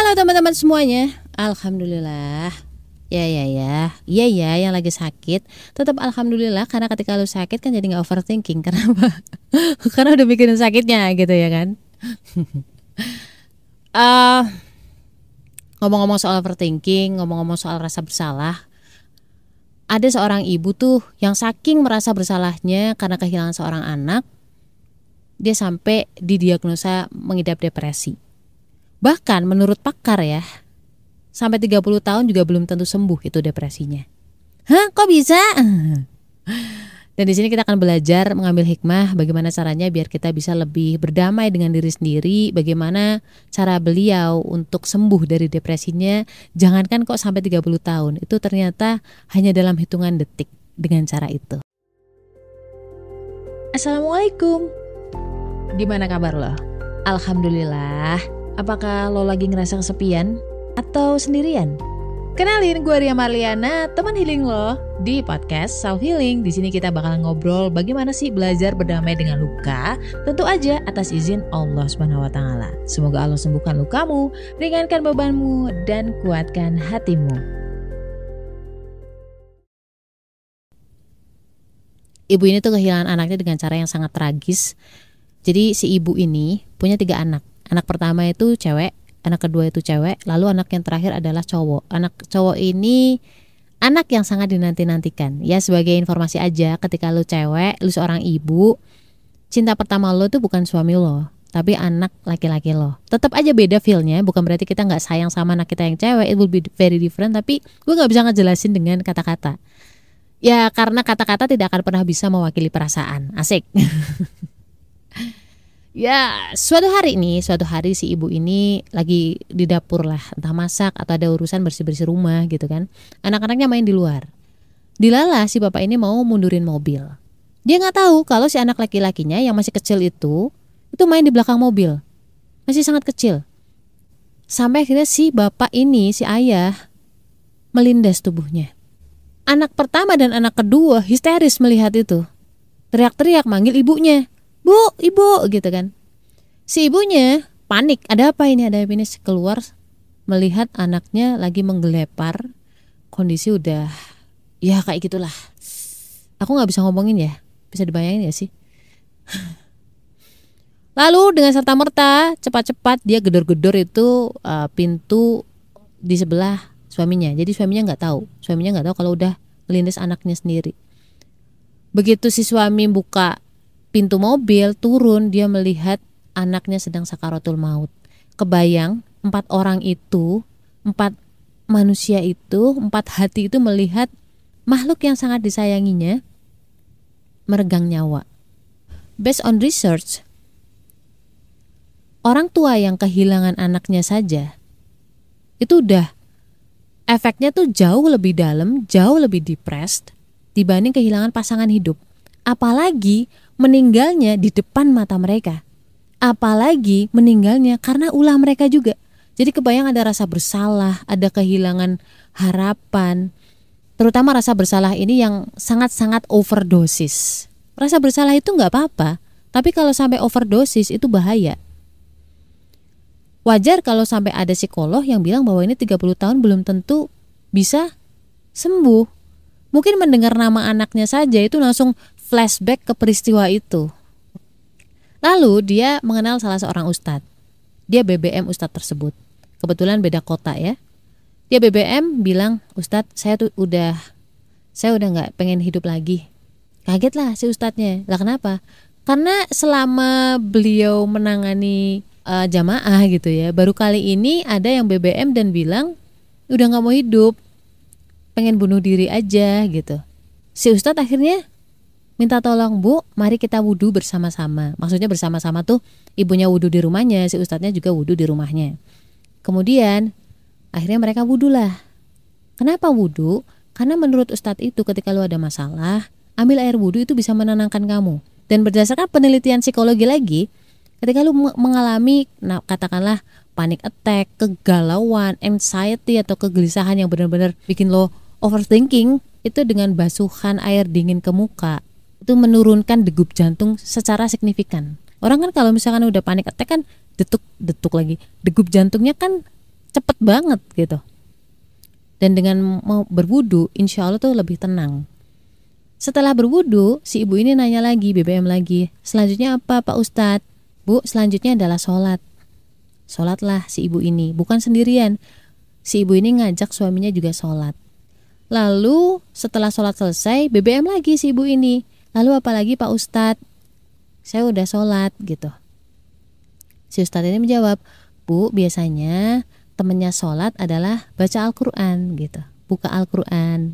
Halo teman-teman semuanya. Alhamdulillah. Iya yang lagi sakit tetap alhamdulillah, karena ketika lu sakit kan jadi gak overthinking. Kenapa? Karena udah mikirin sakitnya gitu ya kan. Ngomong-ngomong soal overthinking, ngomong-ngomong soal rasa bersalah, ada seorang ibu tuh yang saking merasa bersalahnya karena kehilangan seorang anak, dia sampai didiagnosa mengidap depresi. Bahkan menurut pakar ya, sampai 30 tahun juga belum tentu sembuh itu depresinya. Hah, kok bisa? Dan di sini kita akan belajar mengambil hikmah bagaimana caranya biar kita bisa lebih berdamai dengan diri sendiri, bagaimana cara beliau untuk sembuh dari depresinya. Jangankan kok sampai 30 tahun, itu ternyata hanya dalam hitungan detik dengan cara itu. Assalamualaikum. Gimana kabar lo? Alhamdulillah. Apakah lo lagi ngerasa kesepian atau sendirian? Kenalin, gue Ria Marliana, teman healing lo di podcast Self Healing. Di sini kita bakal ngobrol bagaimana sih belajar berdamai dengan luka, tentu aja atas izin Allah Subhanahu wa taala. Semoga Allah sembuhkan lukamu, ringankan bebanmu dan kuatkan hatimu. Ibu ini tuh kehilangan anaknya dengan cara yang sangat tragis. Jadi si ibu ini punya 3 anak. Anak pertama itu cewek, anak kedua itu cewek, lalu anak yang terakhir adalah cowok. Anak cowok ini anak yang sangat dinanti-nantikan. Ya sebagai informasi aja, ketika lu cewek, lu seorang ibu, cinta pertama lu tuh bukan suami lo, tapi anak laki-laki lo. Tetap aja beda feel-nya, bukan berarti kita gak sayang sama anak kita yang cewek, it will be very different. Tapi gue gak bisa ngejelasin dengan kata-kata. Ya karena kata-kata tidak akan pernah bisa mewakili perasaan. Asik. Ya, suatu hari si ibu ini lagi di dapur lah, entah masak atau ada urusan bersih-bersih rumah gitu kan. Anak-anaknya main di luar. Dilala si bapak ini mau mundurin mobil. Dia nggak tahu kalau si anak laki-lakinya yang masih kecil itu main di belakang mobil. Masih sangat kecil. Sampai akhirnya si bapak ini, si ayah, melindas tubuhnya. Anak pertama dan anak kedua histeris melihat itu. Teriak-teriak manggil ibunya. Bu, ibu gitu kan. Si ibunya panik, ada apa ini keluar melihat anaknya lagi menggelepar. Kondisi udah ya kayak gitulah. Aku gak bisa ngomongin ya. Bisa dibayangin gak sih? Lalu dengan serta-merta cepat-cepat dia gedor-gedor itu pintu di sebelah suaminya. Jadi suaminya gak tahu kalau udah melindas anaknya sendiri. Begitu si suami buka pintu mobil, turun, dia melihat anaknya sedang sakaratul maut. Kebayang 4 orang itu, 4 manusia itu, 4 hati itu melihat makhluk yang sangat disayanginya meregang nyawa. Based on research, orang tua yang kehilangan anaknya saja itu udah efeknya tuh jauh lebih dalam, jauh lebih depressed dibanding kehilangan pasangan hidup. Apalagi meninggalnya di depan mata mereka. Apalagi meninggalnya karena ulah mereka juga. Jadi kebayang ada rasa bersalah, ada kehilangan harapan. Terutama rasa bersalah ini yang sangat-sangat overdosis. Rasa bersalah itu gak apa-apa, tapi kalau sampai overdosis itu bahaya. Wajar kalau sampai ada psikolog yang bilang bahwa ini 30 tahun belum tentu bisa sembuh. Mungkin mendengar nama anaknya saja itu langsung flashback ke peristiwa itu. Lalu dia mengenal salah seorang ustadz. Dia BBM ustadz tersebut. Kebetulan beda kota ya. Dia BBM bilang, "Ustadz, saya udah gak pengen hidup lagi." Kaget lah si ustadznya. Lah kenapa? Karena selama beliau menangani jamaah gitu ya, baru kali ini ada yang BBM dan bilang udah gak mau hidup, pengen bunuh diri aja gitu. Si ustadz akhirnya minta tolong, "Bu, mari kita wudhu bersama-sama." Maksudnya bersama-sama tuh ibunya wudhu di rumahnya, si ustadznya juga wudhu di rumahnya. Kemudian akhirnya mereka wudhu lah. Kenapa wudhu? Karena menurut ustadz itu ketika lu ada masalah, ambil air wudhu itu bisa menenangkan kamu. Dan berdasarkan penelitian psikologi lagi, ketika lu mengalami katakanlah panic attack, kegalauan, anxiety atau kegelisahan yang benar-benar bikin lo overthinking, itu dengan basuhan air dingin ke muka itu menurunkan degup jantung secara signifikan. Orang kan kalau misalkan udah panik attack kan detuk lagi, degup jantungnya kan cepet banget gitu. Dan dengan mau berwudu, insya Allah tuh lebih tenang. Setelah berwudu, si ibu ini nanya lagi, BBM lagi, selanjutnya apa Pak Ustadz? Bu, selanjutnya adalah sholat. Sholatlah si ibu ini, bukan sendirian. Si ibu ini ngajak suaminya juga sholat. Lalu setelah sholat selesai, BBM lagi si ibu ini. Lalu apa lagi Pak Ustadz? Saya udah sholat gitu. Si Ustadz ini menjawab, Bu, biasanya temennya sholat adalah baca Al-Quran gitu. Buka Al-Quran.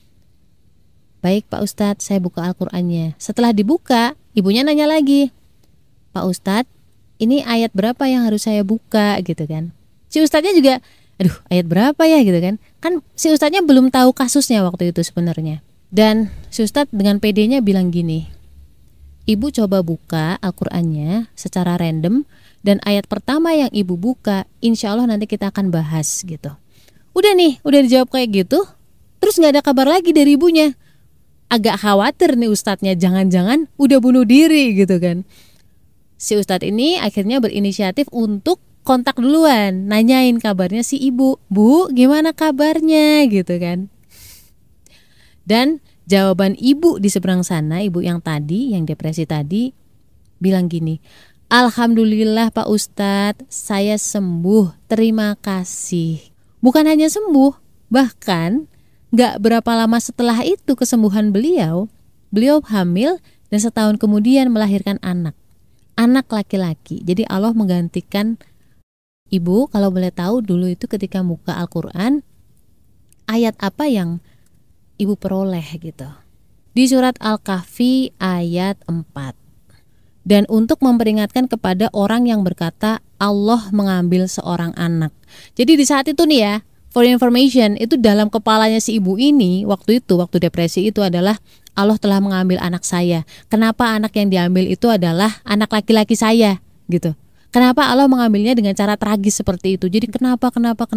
Baik Pak Ustadz, saya buka Al-Qurannya. Setelah dibuka, ibunya nanya lagi, Pak Ustadz, ini ayat berapa yang harus saya buka gitu kan. Si Ustadznya juga, aduh ayat berapa ya gitu kan. Kan si Ustadznya belum tahu kasusnya waktu itu sebenarnya. Dan si Ustadz dengan PD-nya bilang gini, Ibu coba buka Al-Qurannya secara random, dan ayat pertama yang ibu buka, insya Allah nanti kita akan bahas gitu. Udah nih, udah dijawab kayak gitu, terus gak ada kabar lagi dari ibunya. Agak khawatir nih Ustadznya, jangan-jangan udah bunuh diri gitu kan. Si Ustadz ini akhirnya berinisiatif untuk kontak duluan, nanyain kabarnya si ibu. Bu, gimana kabarnya gitu kan. Dan jawaban ibu di seberang sana, ibu yang tadi, yang depresi tadi, bilang gini, Alhamdulillah Pak Ustadz, saya sembuh, terima kasih. Bukan hanya sembuh, bahkan gak berapa lama setelah itu kesembuhan beliau hamil dan setahun kemudian melahirkan anak laki-laki. Jadi Allah menggantikan ibu. Kalau boleh tahu dulu itu ketika buka Al-Quran, ayat apa yang ibu peroleh gitu? Di surat Al-Kahfi ayat 4. Dan untuk memperingatkan kepada orang yang berkata Allah mengambil seorang anak. Jadi di saat itu nih ya, for information, itu dalam kepalanya si ibu ini waktu depresi itu adalah Allah telah mengambil anak saya. Kenapa anak yang diambil itu adalah anak laki-laki saya gitu. Kenapa Allah mengambilnya dengan cara tragis seperti itu? Jadi kenapa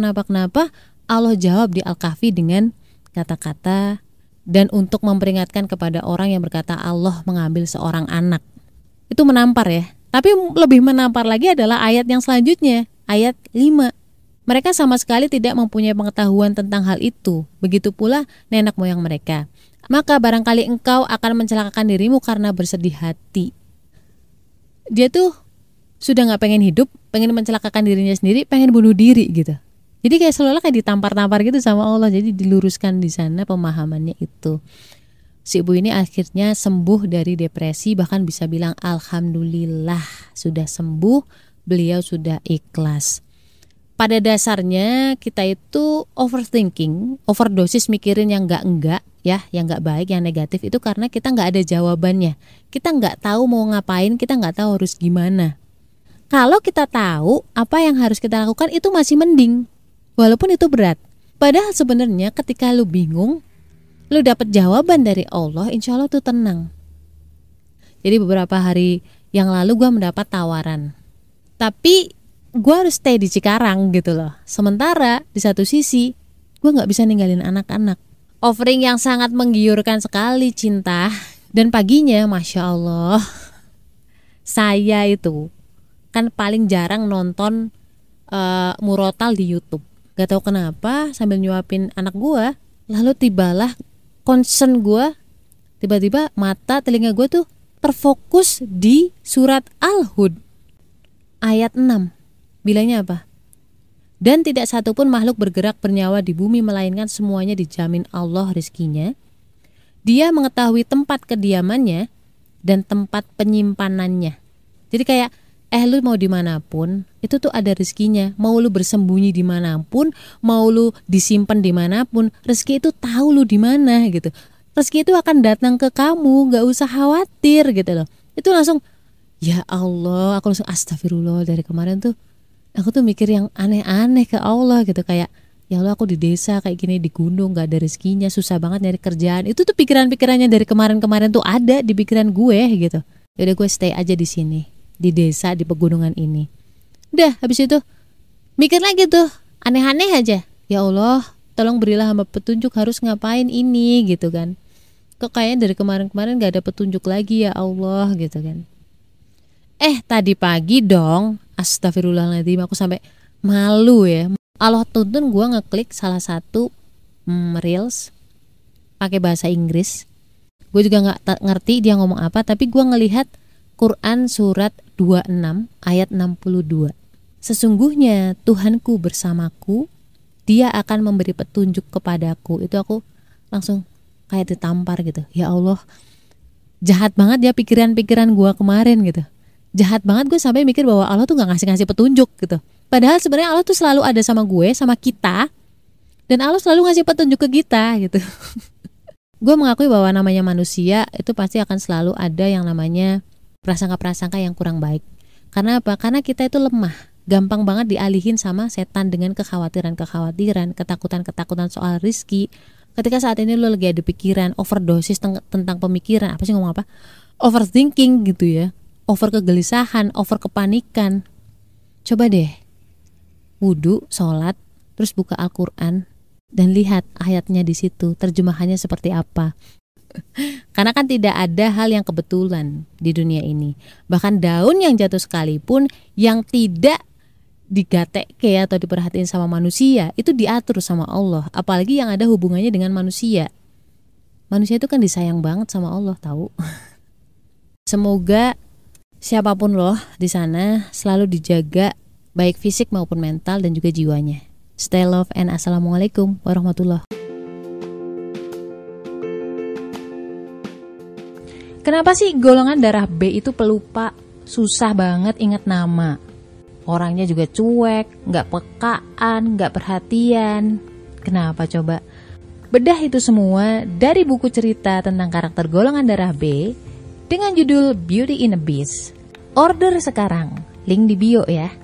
Allah jawab di Al-Kahfi dengan kata-kata, dan untuk memperingatkan kepada orang yang berkata Allah mengambil seorang anak. Itu menampar ya. Tapi lebih menampar lagi adalah ayat yang selanjutnya, ayat 5. Mereka sama sekali tidak mempunyai pengetahuan tentang hal itu. Begitu pula nenek moyang mereka. Maka barangkali engkau akan mencelakakan dirimu karena bersedih hati. Dia tuh sudah gak pengen hidup, pengen mencelakakan dirinya sendiri, pengen bunuh diri gitu. Jadi kayak seolah-olah kayak ditampar-tampar gitu sama Allah. Jadi diluruskan di sana pemahamannya itu. Si ibu ini akhirnya sembuh dari depresi, bahkan bisa bilang Alhamdulillah sudah sembuh, beliau sudah ikhlas. Pada dasarnya kita itu overthinking, overdosis mikirin yang enggak ya, yang enggak baik, yang negatif itu karena kita enggak ada jawabannya. Kita enggak tahu mau ngapain, kita enggak tahu harus gimana. Kalau kita tahu apa yang harus kita lakukan itu masih mending, walaupun itu berat. Padahal sebenarnya ketika lu bingung, lu dapat jawaban dari Allah, insya Allah tuh tenang. Jadi beberapa hari yang lalu gue mendapat tawaran, tapi gue harus stay di Cikarang gitu loh. Sementara di satu sisi gue gak bisa ninggalin anak-anak. Offering yang sangat menggiurkan sekali, Cinta. Dan paginya Masya Allah, saya itu kan paling jarang nonton murotal di YouTube. Gak tahu kenapa sambil nyuapin anak gue, lalu tibalah concern gue, tiba-tiba mata telinga gue tuh terfokus di surat Al-Hud ayat 6. Bilangnya apa? Dan tidak satupun makhluk bergerak bernyawa di bumi melainkan semuanya dijamin Allah rezekinya. Dia mengetahui tempat kediamannya dan tempat penyimpanannya. Jadi kayak lu mau dimanapun itu tuh ada rezekinya. Mau lu bersembunyi dimanapun, mau lu disimpan dimanapun, rezeki itu tahu lu di mana gitu. Rezeki itu akan datang ke kamu, gak usah khawatir gitu loh. Itu langsung ya Allah, aku langsung astagfirullah. Dari kemarin tuh aku tuh mikir yang aneh-aneh ke Allah gitu, kayak ya Allah aku di desa kayak gini, di gunung gak ada rezekinya, susah banget nyari kerjaan. Itu tuh pikiran-pikirannya dari kemarin-kemarin tuh ada di pikiran gue gitu. Yaudah gue stay aja di sini, di desa, di pegunungan ini. Udah habis itu mikir lagi tuh aneh-aneh aja. Ya Allah tolong berilah hamba petunjuk harus ngapain ini gitu kan. Kok kayaknya dari kemarin-kemarin gak ada petunjuk lagi ya Allah gitu kan. Tadi pagi dong, astagfirullahaladzim, aku sampai malu ya. Allah tuntun gue ngeklik salah satu reels pakai bahasa Inggris. Gue juga nggak ngerti dia ngomong apa, tapi gue ngelihat Quran surat 26 ayat 62. Sesungguhnya Tuhanku bersamaku, Dia akan memberi petunjuk kepadaku. Itu aku langsung kayak ditampar gitu. Ya Allah, jahat banget ya pikiran-pikiran gue kemarin gitu. Jahat banget gue sampai mikir bahwa Allah tuh gak ngasih petunjuk gitu. Padahal sebenarnya Allah tuh selalu ada sama gue, sama kita, dan Allah selalu ngasih petunjuk ke kita gitu. Gue mengakui bahwa namanya manusia itu pasti akan selalu ada yang namanya prasangka-prasangka yang kurang baik. Karena apa? Karena kita itu lemah, gampang banget dialihin sama setan dengan kekhawatiran, ketakutan soal rizki. Ketika saat ini lo lagi ada pikiran overdosis tentang pemikiran, apa sih ngomong apa? Overthinking gitu ya, over kegelisahan, over kepanikan. Coba deh, wudu, sholat, terus buka Al-Quran dan lihat ayatnya di situ, terjemahannya seperti apa. Karena kan tidak ada hal yang kebetulan di dunia ini. Bahkan daun yang jatuh sekalipun yang tidak digatekke atau diperhatiin sama manusia itu diatur sama Allah, apalagi yang ada hubungannya dengan manusia. Manusia itu kan disayang banget sama Allah, tahu. Semoga siapapun loh di sana selalu dijaga baik fisik maupun mental dan juga jiwanya. Stay love and assalamualaikum warahmatullahi. Kenapa sih golongan darah B itu pelupa, susah banget ingat nama? Orangnya juga cuek, gak pekaan, gak perhatian. Kenapa coba? Bedah itu semua dari buku cerita tentang karakter golongan darah B dengan judul Beauty in a Beast. Order sekarang, link di bio ya.